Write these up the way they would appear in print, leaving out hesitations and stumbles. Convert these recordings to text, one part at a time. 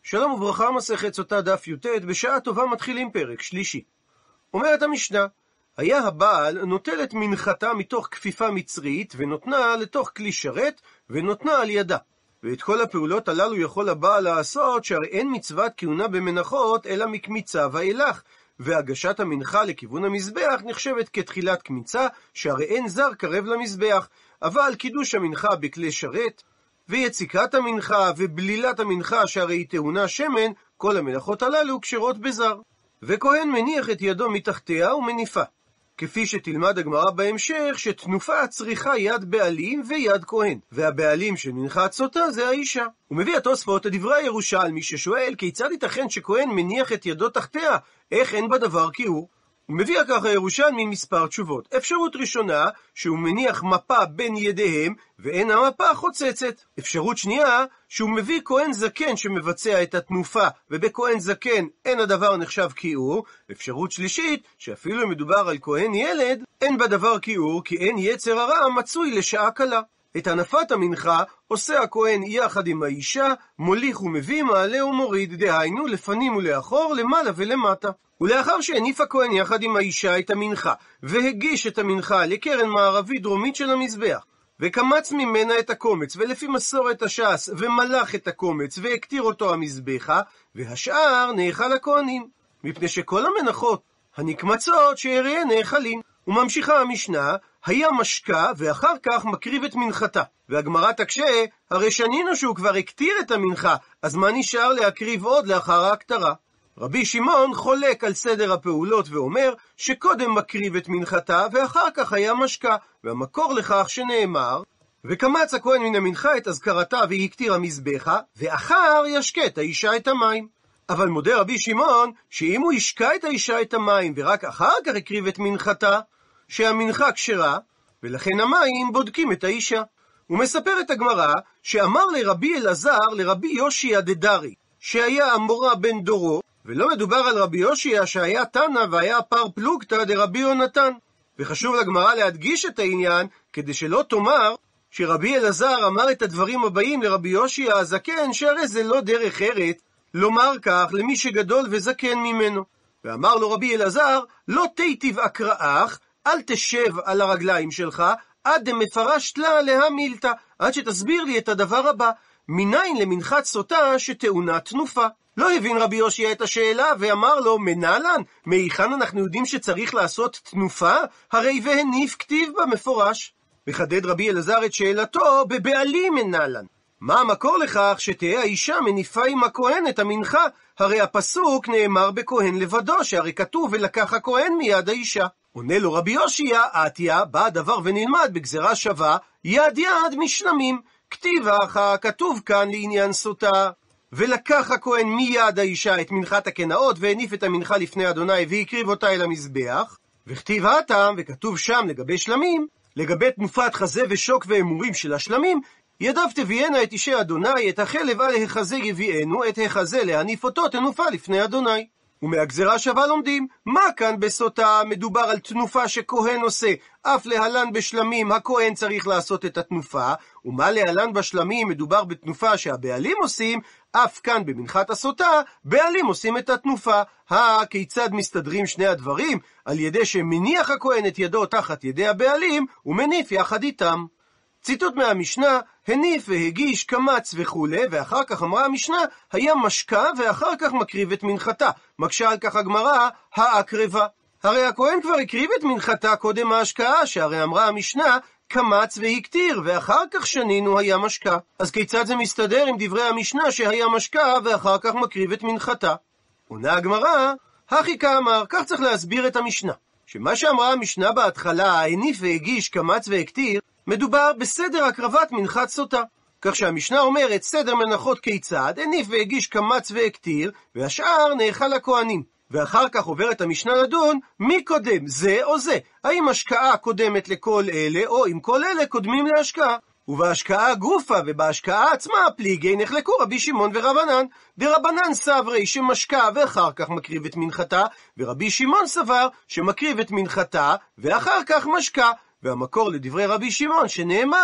שלום וברכה, מסכת סוטה דף י"ט, בשעה טובה מתחילים פרק שלישי. אומרת המשנה, היה הבעל נוטל את מנחתה מתוך כפיפה מצרית, ונותנה לתוך כלי שרת, ונותנה על ידה. ואת כל הפעולות הללו יכול הבעל לעשות, שהרי אין מצוות כהונה במנחות, אלא מקמיצה ואילך. והגשת המנחה לכיוון המזבח נחשבת כתחילת קמיצה, שהרי אין זר קרב למזבח. אבל קידוש המנחה בכלי שרת, ויציקת המנחה ובלילת המנחה שהרי היא טעונה שמן, כל המלאכות הללו קשרות בזר. וכהן מניח את ידו מתחתיה ומניפה. כפי שתלמד הגמרא בהמשך, שתנופה צריכה יד בעלים ויד כהן, והבעלים של מנחת סוטה זה האישה. הוא מביא התוספות לדברי הירושלמי ששואל כיצד ייתכן שכהן מניח את ידו תחתיה, איך אין בדבר קיור? הוא מביא ככה הירושלמי מספר תשובות. אפשרות ראשונה, שהוא מניח מפה בין ידיהם, ואין המפה חוצצת. אפשרות שנייה, שהוא מביא כהן זקן שמבצע את התנופה, ובכהן זקן אין הדבר נחשב קיור. אפשרות שלישית, שאפילו אם מדובר על כהן ילד, אין בדבר קיור, כי אין יצר הרע מצוי לשעה קלה. את הנפת המנחה עושה הכהן יחד עם האישה, מוליך ומביא, מעלה ומוריד, דהיינו לפנים ולאחור, למעלה ולמטה. ולאחר שהניף הכהן יחד עם האישה את המנחה, והגיש את המנחה לקרן מערבית דרומית של המזבח, וקמץ ממנה את הקומץ, ולפי מסורת הש"ס, ומלך את הקומץ, והקטיר אותו המזבחה, והשאר נאכל הכהנים, מפני שכל המנחות הנקמצות שהריהן נאכלים. וממשיכה המשנה, היה משקה ואחר כך מקריב את מנחתה. והגמרא תקשה, הרי שנינו שהוא כבר הקטיר את המנחה, אז מה נשאר להקריב עוד לאחר ההקטרה? רבי שמעון חולק על סדר הפעולות ואומר שקודם מקריב את מנחתה ואחר כך היה משקה, והמקור לכך שנאמר, וקמץ הכהן מן המנחה את אזכרתה והיא הקטירה מזבחה, ואחר ישקט האישה את המים. אבל מודה רבי שמעון שאם הוא ישקע את האישה את המים ורק אחר כך הקריב את מנחתה, שהמנחה כשרה, ולכן המים בודקים את האישה. הוא מספר את הגמרא שאמר לרבי אלעזר לרבי יושע דדרי, שהיה אמורא בן דורו, ולא מדובר על רבי יושע שהיה תנא והיה פר פלוגתא דרבי יונתן. וחשוב לגמרא להדגיש את העניין, כדי שלא תאמר שרבי אלעזר אמר את הדברים הבאים לרבי יושע הזקן, שהרי זה לא דרך ארץ לומר כך למי שגדול וזקן ממנו. ואמר לו רבי אלעזר, לא תיטיב אקראך, אל תשב על הרגליים שלך, עד דמפרשת לה להמילתא, עד שתסביר לי את הדבר הבא, מניין למנחת סוטה שטעונה תנופה. לא הבין רבי יושע את השאלה ואמר לו, מנהלן, מהיכן אנחנו יודעים שצריך לעשות תנופה? הרי והניף כתיב במפורש. וחדד רבי אלעזר את שאלתו, בבעלים מנהלן. מה המקור לכך שתהיה האישה מניפה עם הכהן את המנחה? הרי הפסוק נאמר בכהן לבדו, שהרי כתוב ולקח הכהן מיד האישה. עונה לו רבי יושע, עתיה, בא הדבר ונלמד בגזרה שווה, יד יד משלמים. כתיב כתוב כאן לעניין סוטה. ולקח הכהן מיד האישה את מנחת הקנאות, והניף את המנחה לפני אדוני, והקריב אותה אל המזבח. וכתיב הטעם, וכתוב שם לגבי שלמים, לגבי תנופת חזה ושוק ואמורים של השלמים, ידיו תביאנה את אישי אדוני, את החלב על החזה יביאנו, את החזה להניף אותו תנופה לפני אדוני. ומהגזרה שווה לומדים, מה כאן בסוטה? מדובר על תנופה שכהן עושה, אף להלן בשלמים הכהן צריך לעשות את התנופה, ומה להלן בשלמים? מדובר בתנופה שהבעלים עושים, אף כאן במנחת הסוטה, בעלים עושים את התנופה. כיצד מסתדרים שני הדברים? על ידי שמניח הכהן את ידו תחת ידי הבעלים, ומניף יחד איתם. ציטוט מהמשנה, הניף והגיש, קמץ וכו', ואחר כך אמרה המשנה, היה משקה ואחר כך מקריב את מנחתה. מקשה על כך הגמרא, האקרבה. הרי הכהן כבר הקריב את מנחתה קודם ההשקעה, שהרי אמרה המשנה, קמץ והקטיר, ואחר כך שנינו היה משקה. אז כיצד זה מסתדר עם דברי המשנה שהיה משקה ואחר כך מקריב את מנחתה? עונה הגמרא, הכי כאמר, כך צריך להסביר את המשנה. שמה שאמרה המשנה בהתחלה, הניף והגיש, קמץ והקטיר, מדובר בסדר הקרבת מנחת סוטה. כך שהמשנה אומרת סדר מנחות כיצד, הניף והגיש, קמץ והקטיר, והשאר נאכל הכהנים. ואחר כך עוברת המשנה לדון, מי קודם, זה או זה? האם השקעה קודמת לכל אלה, או אם כל אלה קודמים להשקעה? ובהשקעה גופה ובהשקעה עצמה פליגי נחלקו רבי שמעון ורבנן. דרבנן סברי שמשקה ואחר כך מקריב את מנחתה, ורבי שמעון סבר שמקריב את מנחתה ואחר כך משקה. והמקור לדברי רבי שמעון שנאמר,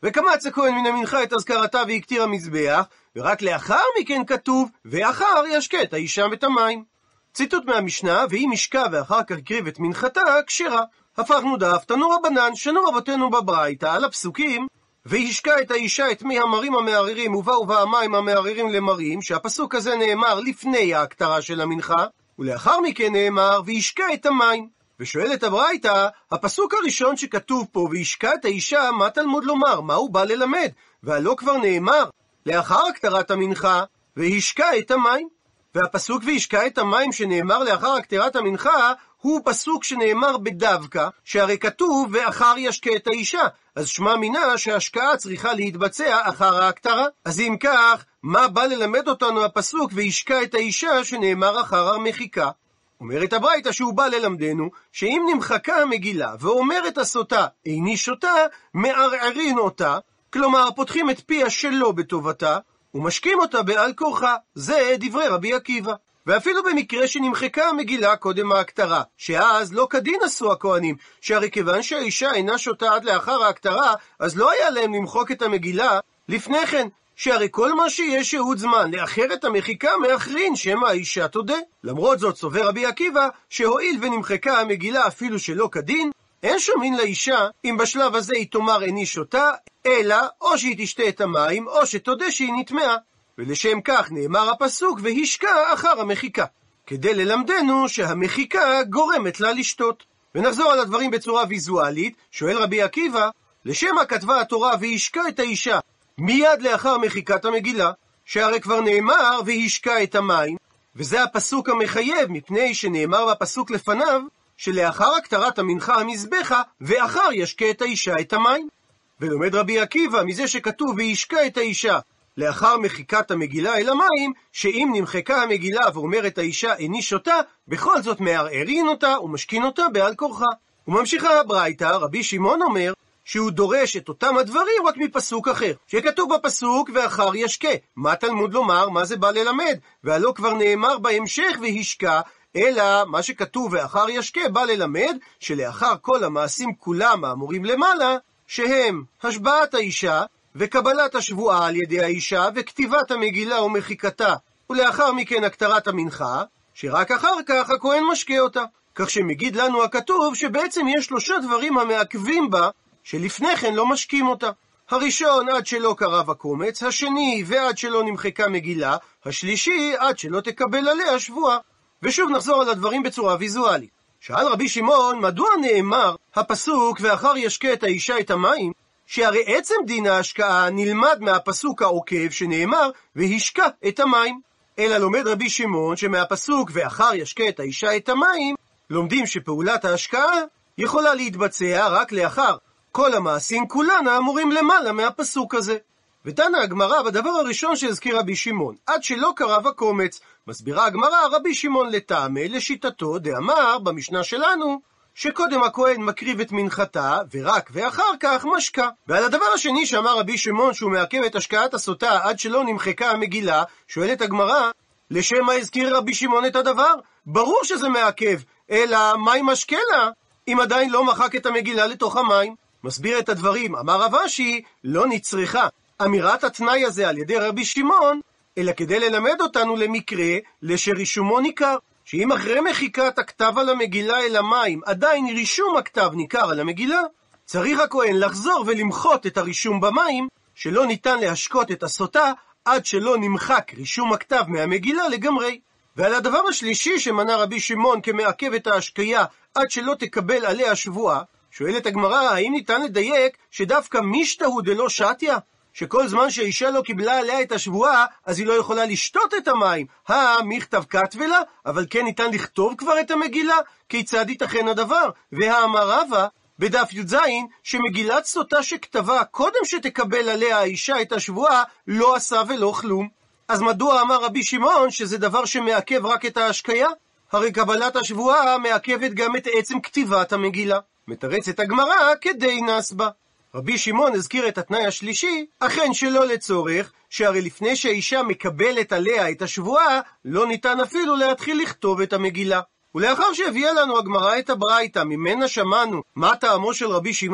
וקמץ הכהן מן המנחה את אזכרתה והקטיר המזבח, ורק לאחר מכן כתוב, ואחר ישקה את האישה ואת המים. ציטוט מהמשנה, ואם ישקה ואחר כך הקריב את מנחתה, כשרה. הפכנו דף, תנו רבנן, שנו רבותינו בברייתא, על הפסוקים, וישקה את האישה את מי המרים המערערים, ובאו המים המערערים למרים, שהפסוק הזה נאמר לפני ההקטרה של המנחה, ולאחר מכן נאמר, וישקה את המים. ושואלת הברייתא, הפסוק הראשון שכתוב פה, וישקה את האישה, מה תלמוד לומר? מה הוא בא ללמד? והלא כבר נאמר, לאחר הקטרת המנחה, וישקה את המים. והפסוק וישקה את המים שנאמר לאחר הקטרת המנחה, הוא פסוק שנאמר בדווקא, שהרי כתוב ואחר ישקה את האישה, אז שמע מינה שההשקעה צריכה להתבצע אחר ההקטרה. אז אם כך, מה בא ללמד אותנו הפסוק וישקה את האישה שנאמר אחר המחיקה? אומרת הברייתא שהוא בא ללמדנו, שאם נמחקה המגילה ואומרת הסוטה איני שותה, מערערין אותה, כלומר פותחים את פיה שלא בטובתה, ומשקים אותה בעל כורחה. זה דברי רבי עקיבא. ואפילו במקרה שנמחקה המגילה קודם ההקטרה, שאז לא כדין עשו הכהנים, שהרי כיוון שהאישה אינה שותה עד לאחר ההקטרה, אז לא היה להם למחוק את המגילה לפני כן, שהרי כל מה שיש שהות זמן לאחר את המחיקה מאחרין שמא האישה תודה. למרות זאת סובר רבי עקיבא שהואיל ונמחקה המגילה אפילו שלא כדין, אין שומעים לאישה אם בשלב הזה היא תאמר איני שותה, אלא או שהיא תשתה את המים או שתודה שהיא נטמעה. ולשם כך נאמר הפסוק והשקה אחר המחיקה, כדי ללמדנו שהמחיקה גורמת לה לשתות. ונחזור על הדברים בצורה ויזואלית. שואל רבי עקיבא, לשם מה כתבה התורה והשקה את האישה מיד לאחר מחיקת המגילה, שהרי כבר נאמר והשקה את המים, וזה הפסוק המחייב, מפני שנאמר בפסוק לפניו שלאחר הקטרת המנחה המזבחה ואחר ישקה את האישה את המים. ולומד רבי עקיבא מזה שכתוב והשקה את האישה לאחר מחיקת המגילה אל המים, שאם נמחקה המגילה ואומרת האישה איני שותה, בכל זאת מערערין אותה ומשכין אותה בעל כורחה. וממשיכה הברייתא, רבי שמעון אומר שהוא דורש את אותם הדברים רק מפסוק אחר, שכתוב בפסוק ואחר ישקה. מה תלמוד לומר? מה זה בא ללמד? והלא כבר נאמר בהמשך והשקה, אלא מה שכתוב ואחר ישקה בא ללמד שלאחר כל המעשים כולם האמורים למעלה, שהם השבעת האישה וקבלת השבועה על ידי האישה וכתיבת המגילה ומחיקתה, ולאחר מכן הקטרת המנחה, שרק אחר כך הכהן משקה אותה. כך שמגיד לנו הכתוב שבעצם יש 3 דברים המעכבים בה, שלפני כן לא משקים אותה. הראשון עד שלא קרב הקומץ, השני ועד שלא נמחקה מגילה, השלישי עד שלא תקבל עליה שבועה. ושוב נחזור על הדברים בצורה ויזואלית. שאל רבי שמעון, מדוע נאמר הפסוק ואחר ישקה את האישה את המים, שהרי עצם דין ההשקעה נלמד מהפסוק העוקב שנאמר והשקה את המים. אלא לומד רבי שמעון שמהפסוק ואחר ישקה את האישה את המים, לומדים שפעולת ההשקעה יכולה להתבצע רק לאחר כל המעשים כולן האמורים למעלה מהפסוק הזה. ותנא הגמרא בדבר הראשון שהזכיר רבי שמעון, עד שלא קרב הקומץ. מסבירה הגמרא, רבי שמעון לטעמי לשיטתו דאמר במשנה שלנו שקודם הכהן מקריב את מנחתה ורק ואחר כך משקה. ועל הדבר השני שאמר רבי שמעון שהוא מעכב את השקעת הסוטה עד שלא נמחקה המגילה, שואלת הגמרא, לשם מה הזכיר רבי שמעון את הדבר? ברור שזה מעכב, אלא מה אם משקה לה אם עדיין לא מחק את המגילה לתוך המים? מסביר את הדברים, אמר רב אשי, לא נצרכה אמירת התנאי הזה על ידי רבי שמעון, אלא כדי ללמד אותנו למקרה לשרישומו ניכר, שאם אחרי מחיקת הכתב על המגילה אל המים עדיין רישום הכתב ניכר על המגילה, צריך הכהן לחזור ולמחות את הרישום במים, שלא ניתן להשקות את הסוטה עד שלא נמחק רישום הכתב מהמגילה לגמרי. ועל הדבר השלישי שמנה רבי שמעון כמעכב את ההשקיה עד שלא תקבל עליה שבועה, שואלת הגמרא, האם ניתן לדייק שדווקא משתהו דלא שתיה? שכל זמן שהאישה לא קיבלה עליה את השבועה, אז היא לא יכולה לשתות את המים. מכתב כתבלה, אבל כן ניתן לכתוב כבר את המגילה? כיצד ייתכן הדבר? והאמר רבא בדף י"ז שמגילת סוטה שכתבה קודם שתקבל עליה האישה את השבועה לא עשה ולא כלום. אז מדוע אמר רבי שמעון שזה דבר שמעכב רק את ההשקיה? הרי קבלת השבועה מעכבת גם את עצם כתיבת המגילה. מתרצת הגמרא כדי נסבה. רבי שמעון הזכיר את התנאי השלישי, אכן שלא לצורך, שהרי לפני שהאישה מקבלת עליה את השבועה, לא ניתן אפילו להתחיל לכתוב את המגילה. ולאחר שהביאה לנו הגמרא את הברייתא, ממנה שמענו מה טעמו של רבי שמעון,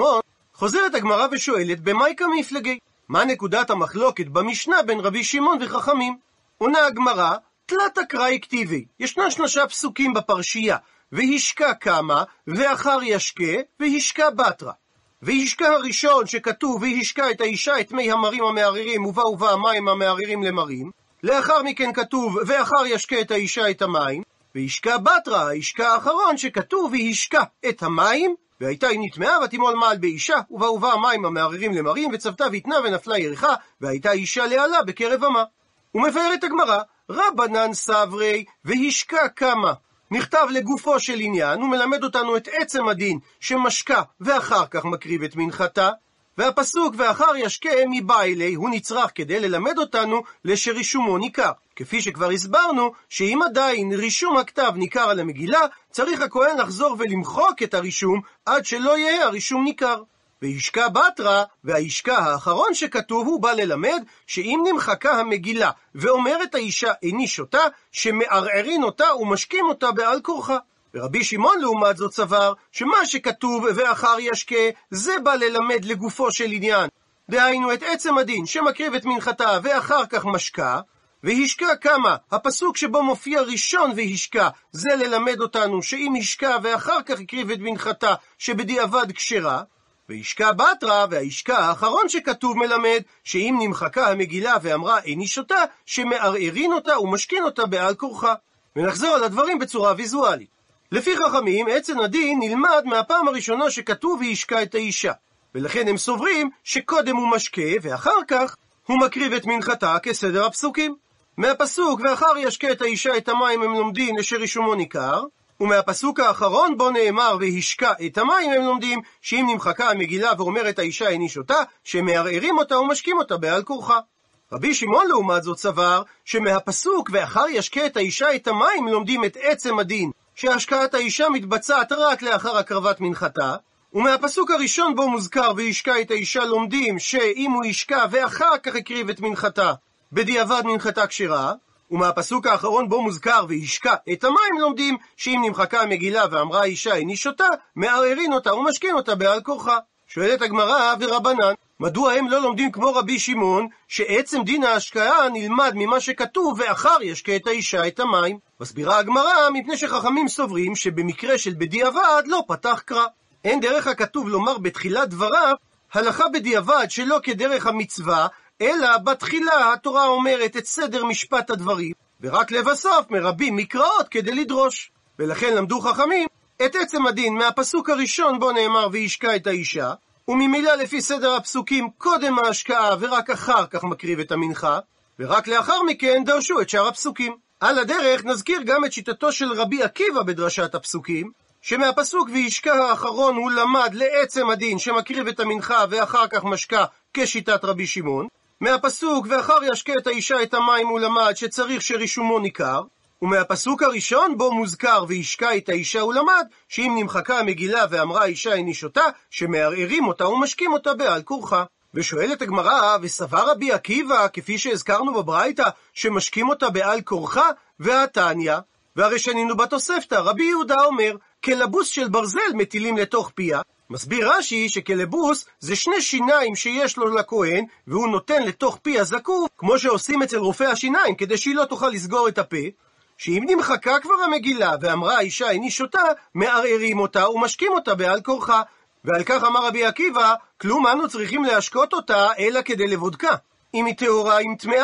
חוזרת הגמרא ושואלת, במאי כמפלגי? מה נקודת המחלוקת במשנה בין רבי שמעון וחכמים? עונה הגמרא, תלת אקראי כתיבי. ישנה 3 פסוקים בפרשייה, והשקה קמה, ואחר ישקה, והשקה בתרה. והשקה הראשון שכתוב, והשקה את האישה את מי המרים המערערים, ובה המים המערערים למרים. לאחר מכן כתוב, ואחר ישקה את האישה את המים. והשקה בתרה, ההשקה האחרון שכתוב, והשקה את המים, והייתה היא נטמעה ותימול מעל באישה, ובה המים המערערים למרים, וצבתה ויתנה ונפלה ירחה, והייתה אישה לעלה בקרב עמה. ומבארת הגמרא, רבנן סברי, והשקה קמה. נכתב לגופו של עניין, ומלמד אותנו את עצם הדין שמשקה ואחר כך מקריב את מנחתה, והפסוק ואחר ישקה מבעילי הוא נצרך כדי ללמד אותנו לשרישומו ניכר. כפי שכבר הסברנו, שאם עדיין רישום הכתב ניכר על המגילה, צריך הכהן לחזור ולמחוק את הרישום עד שלא יהיה הרישום ניכר. והשקה בתרה, וההשקה האחרון שכתוב הוא בא ללמד שאם נמחקה המגילה ואומרת האישה איני שותה, שמערערין אותה ומשקים אותה בעל כורחה. ורבי שמעון לעומת זאת סבר שמה שכתוב ואחר ישקה זה בא ללמד לגופו של עניין, דהיינו את עצם הדין שמקריב את מנחתה ואחר כך משקה. והשקה קמה, הפסוק שבו מופיע ראשון והשקה, זה ללמד אותנו שאם השקה ואחר כך הקריב את מנחתה שבדיעבד כשרה. והשקה בתרה, וההשקה האחרון שכתוב מלמד שאם נמחקה המגילה ואמרה איני שותה, שמערערין אותה ומשכין אותה בעל כורחה. ונחזור על הדברים בצורה ויזואלית. לפי חכמים, עצם הדין נלמד מהפעם הראשונה שכתוב והשקה את האישה, ולכן הם סוברים שקודם הוא משקה ואחר כך הוא מקריב את מנחתה כסדר הפסוקים. מהפסוק ואחר ישקה את האישה את המים הם לומדים לשרישומו ניכר, ומהפסוק האחרון בו נאמר והשקה את המים הם לומדים שאם נמחקה המגילה ואומרת האישה איני שותה, שמערערים אותה ומשקים אותה בעל כורחה. רבי שמעון לעומת זאת סבר שמהפסוק ואחר ישקה את האישה את המים לומדים את עצם הדין שהשקעת האישה מתבצעת רק לאחר הקרבת מנחתה, ומהפסוק הראשון בו מוזכר והשקה את האישה לומדים שאם הוא השקה ואחר כך הקריב את מנחתה בדיעבד מנחתה כשרה, ומהפסוק האחרון בו מוזכר והשקה את המים לומדים שאם נמחקה המגילה ואמרה האישה איני שותה, מערערין אותה ומשכין אותה בעל כורחה. שואלת הגמרא, ורבנן, מדוע הם לא לומדים כמו רבי שמעון שעצם דין ההשקעה נלמד ממה שכתוב ואחר ישקה את האישה את המים? מסבירה הגמרא, מפני שחכמים סוברים שבמקרה של בדיעבד לא פתח קרא. אין דרך הכתוב לומר בתחילת דבריו הלכה בדיעבד שלא כדרך המצווה, אלא בתחילה התורה אומרת את סדר משפט הדברים, ורק לבסוף מרבים מקראות כדי לדרוש. ולכן למדו חכמים את עצם הדין מהפסוק הראשון בו נאמר והשקה את האישה, וממילא לפי סדר הפסוקים קודם ההשקעה ורק אחר כך מקריב את המנחה, ורק לאחר מכן דרשו את שאר הפסוקים. על הדרך נזכיר גם את שיטתו של רבי עקיבא בדרשת הפסוקים, שמהפסוק והשקה האחרון הוא למד לעצם הדין שמקריב את המנחה ואחר כך משקה כשיטת רבי שמעון. מהפסוק ואחר ישקה את האישה את המים הוא למד שצריך שרישומו ניכר, ומהפסוק הראשון בו מוזכר והשקה את האישה הוא למד שאם נמחקה המגילה ואמרה האישה איני שותה, שמערערים אותה ומשקים אותה בעל כורחה. ושואלת הגמרא, וסבר רבי עקיבא כפי שהזכרנו בברייתא שמשקים אותה בעל כורחה, והתניא, והרי שנינו בתוספתא רבי יהודה אומר כלבוס של ברזל מטילים לתוך פיה. מסביר רש"י שכלבוס זה 2 שיניים שיש לו לכהן והוא נותן לתוך פי הזקוף, כמו שעושים אצל רופא השיניים כדי שהיא לא תוכל לסגור את הפה, שאם נמחקה כבר המגילה ואמרה האישה איני שותה, מערערים אותה ומשקים אותה בעל כורחה. ועל כך אמר רבי עקיבא, כלום אנו צריכים להשקות אותה אלא כדי לבודקה אם היא טהורה אם טמאה,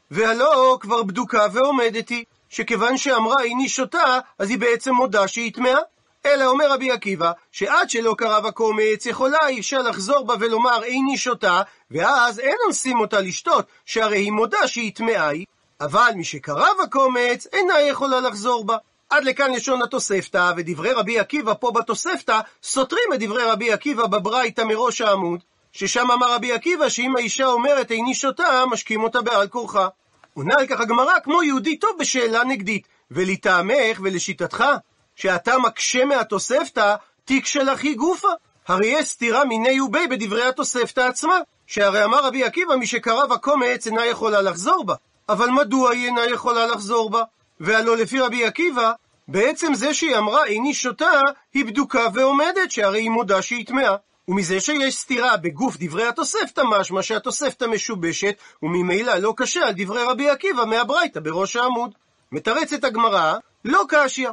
והלא כבר בדוקה ועומדת היא, שכיוון שאמרה איני שותה אז היא בעצם מודה שהיא טמאה. אלא אומר רבי עקיבא שעד שלא קרב הקומץ יכולה האישה לחזור בה ולומר איני שותה, ואז אין עושים אותה לשתות שהרי היא מודה שהיא טמאה היא, אבל משקרב הקומץ אינה יכולה לחזור בה. עד לכאן לשון התוספתא, ודברי רבי עקיבא פה בתוספתא סותרים את דברי רבי עקיבא בברייתא מראש העמוד, ששם אמר רבי עקיבא שאם האישה אומרת איני שותה משקים אותה בעל כורחה. עונה על כך הגמרא כמו יהודי טוב בשאלה נגדית, ולטעמך ולשיטתך שאתה מקשה מהתוספתא תיקשה לכי גופה, הרי יש סתירה מיני ובי בדברי התוספתא עצמה, שהרי אמר רבי עקיבא משקרב הקומץ אינה יכולה לחזור בה. אבל מדוע היא אינה יכולה לחזור בה? והלא לפי רבי עקיבא בעצם זה שהיא אמרה איני שותה היא בדוקה ועומדת שהרי היא מודה שהיא טמאה. ומזה שיש סתירה בגוף דברי התוספתא משמע שהתוספתא משובשת, וממילא לא קשה על דברי רבי עקיבא מהברייתא בראש העמוד. מתרצת הגמרא, לא קשיא.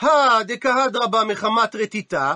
דקהדרבא מחמת רטיטה,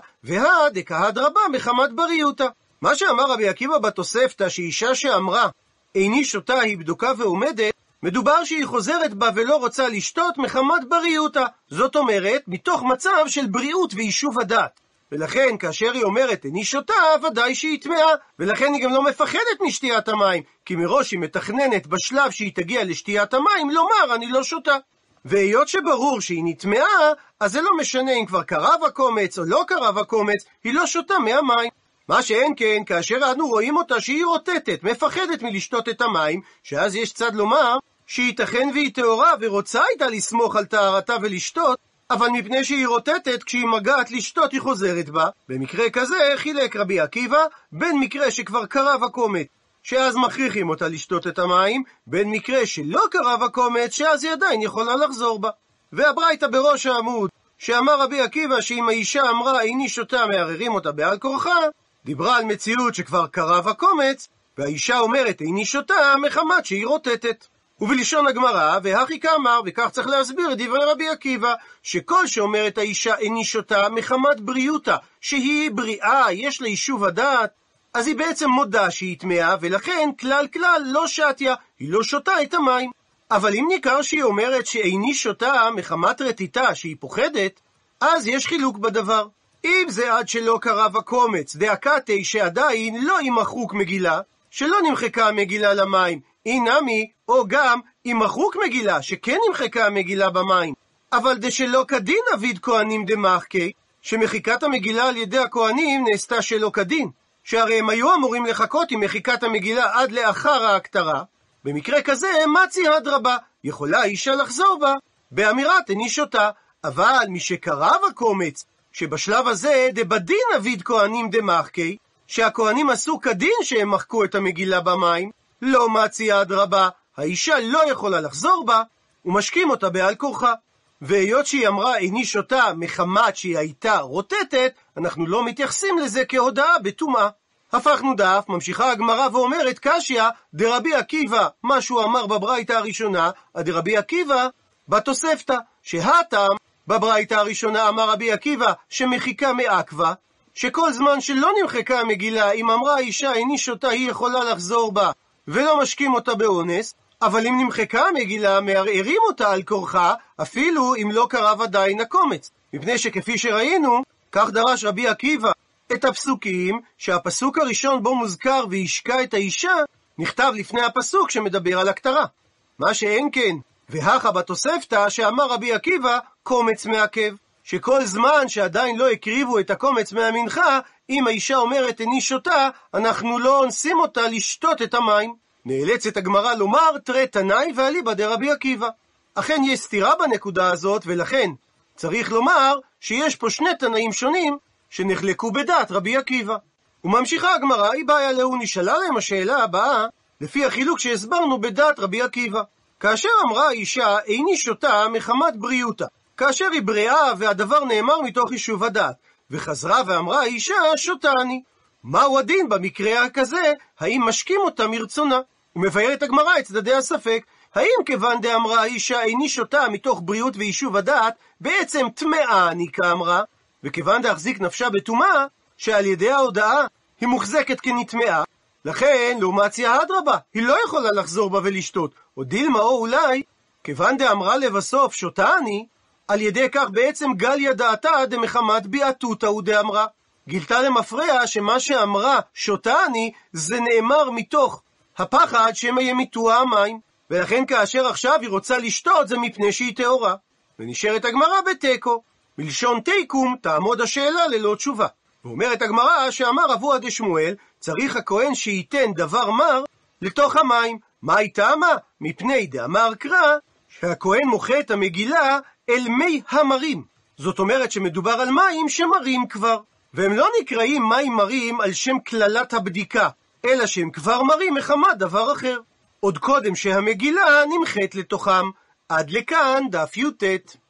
דקהדרבא מחמת בריותא. מה שאמר רבי עקיבא בתוספתא, שאישה שאמרה איני שותה היא בדוקה ועומדת, מדובר שהיא חוזרת בה ולא רוצה לשתות מחמת בריותא. זאת אומרת, מתוך מצב של בריאות ויישוב הדעת. ולכן כאשר היא אומרת איני שותה, ודאי שהיא טמאה, ולכן היא גם לא מפחדת משתיית המים, כי מראש היא מתכננת בשלב שהיא תגיע לשתיית המים לומר אני לא שותה. והיות שברור שהיא נטמאה, אז זה לא משנה אם כבר קרב הקומץ או לא קרב הקומץ, היא לא שותה מהמים. מה שאין כן, כאשר אנו רואים אותה שהיא רוטטת, מפחדת מלשתות את המים, שאז יש צד לומר שייתכן והיא טהורה ורוצה הייתה לסמוך על טהרתה ולשתות, אבל מפני שהיא רוטטת, כשהיא מגעת לשתות היא חוזרת בה. במקרה כזה חילק רבי עקיבא בין מקרה שכבר קרב הקומץ, שאז מכריחים אותה לשתות את המים, בין מקרה שלא קרב הקומץ, שאז היא עדיין יכולה לחזור בה. והברייתא בראש העמוד, שאמר רבי עקיבא שאם האישה אמרה איני שותה מערערים אותה בעל כורחה, דיברה על מציאות שכבר קרב הקומץ, והאישה אומרת איני שותה מחמת שהיא רוטטת. ובלשון הגמרא, והכי כאמר, וכך צריך להסביר את דברי רבי עקיבא, שכל שאומרת האישה איני שותה מחמת בריותא, שהיא בריאה, יש לה יישוב הדעת, אז היא בעצם מודה שהיא טמאה, ולכן כלל לא שתיה, היא לא שותה את המים. אבל אם ניכר שהיא אומרת שאיני שותה מחמת רטיטה, שהיא פוחדת, אז יש חילוק בדבר. אם זה עד שלא קרב הקומץ, דאקתי שעדיין לא ימחוק מגילה, שלא נמחקה המגילה למים, אינמי, או גם ימחוק מגילה, שכן נמחקה המגילה במים, אבל דשלא כדין אביד כהנים דמחקי, שמחיקת המגילה על ידי הכהנים נעשתה שלא כדין, שהרי הם היו אמורים לחכות עם מחיקת המגילה עד לאחר ההקטרה. במקרה כזה מצי הדרבה, יכולה האישה לחזור בה באמירת איני שותה. אבל משקרב הקומץ, שבשלב הזה דבדין אביד כהנים דמחקי, שהכהנים עשו כדין שהם מחקו את המגילה במים, לא מצי הדרבה, האישה לא יכולה לחזור בה, ומשקים אותה בעל כורחה. והיות שהיא אמרה איני שותה מחמת שהיא הייתה רוטטת, אנחנו לא מתייחסים לזה כהודאה בטומאה. הפכנו דף, ממשיכה הגמרא ואומרת קשיא דרבי עקיבא, מה שהוא אמר בברייתא הראשונה, דרבי עקיבא בתוספתא, שהטעם בברייתא הראשונה אמר רבי עקיבא שמחיקה מעכבה, שכל זמן שלא נמחקה המגילה, אם אמרה האישה איני שותה היא יכולה לחזור בה ולא משקים אותה באונס, אבל אם נמחקה המגילה מערערים אותה על כורחה, אפילו אם לא קרב עדיין הקומץ, מפני שכפי שראינו, כך דרש רבי עקיבא את הפסוקים, שהפסוק הראשון בו מוזכר וישקע את האישה, נכתב לפני הפסוק שמדבר על הקטרה. מה שאין כן, והכה בתוספתא שאמר רבי עקיבא קומץ מעכב, שכל זמן שעדיין לא הקריבו את הקומץ מהמנחה, אם האישה אומרת איני שותה, אנחנו לא אונסים אותה לשתות את המים. נאלצת הגמרא לומר תרי תנאי ואליבא דרבי עקיבא. אכן יש סתירה בנקודה הזאת, ולכן צריך לומר שיש פה שני תנאים שונים שנחלקו בדעת רבי עקיבא. וממשיכה הגמרא, היא באה לו, נשאלה להם השאלה הבאה לפי החילוק שהסברנו בדעת רבי עקיבא. כאשר אמרה האישה איני שותה מחמת בריותא, כאשר היא בריאה והדבר נאמר מתוך יישוב הדעת, וחזרה ואמרה האישה שותה אני, מהו הדין במקרה כזה? האם משקים אותה מרצונה? ומבארת הגמרא את צדדי הספק, האם כיוון דאמרה האישה איני שותה מתוך בריאות ויישוב הדעת, בעצם טמאה אני כאמרה, וכיוון דהחזיק נפשה בטומאה, שעל ידי ההודעה היא מוחזקת כנטמאה, לכן לעומת אדרבה, היא לא יכולה לחזור בה ולשתות, או דילמה או אולי, כיוון דאמרה לבסוף שותה אני, על ידי כך בעצם גליה דעתה דמחמת ביעתותא ודאמרה. גילתה למפרע שמה שאמרה שותה אני, זה נאמר מתוך הפחד שמא ימיתוה המים, ולכן כאשר עכשיו היא רוצה לשתות זה מפני שהיא טהורה. ונשארת הגמרא בתיקו, מלשון תיקום תעמוד השאלה ללא תשובה. ואומרת הגמרא שאמר אבוה דשמואל, צריך הכהן שייתן דבר מר לתוך המים. מה היא טעמה? מפני דאמר קרא שהכהן מוחה את המגילה אל מי המרים. זאת אומרת שמדובר על מים שמרים כבר, והם לא נקראים מים מרים על שם כללת הבדיקה, אלא שהם כבר מרים מחמת דבר אחר, עוד קודם שהמגילה נמחית לתוכם. עד לכאן דף י"ט.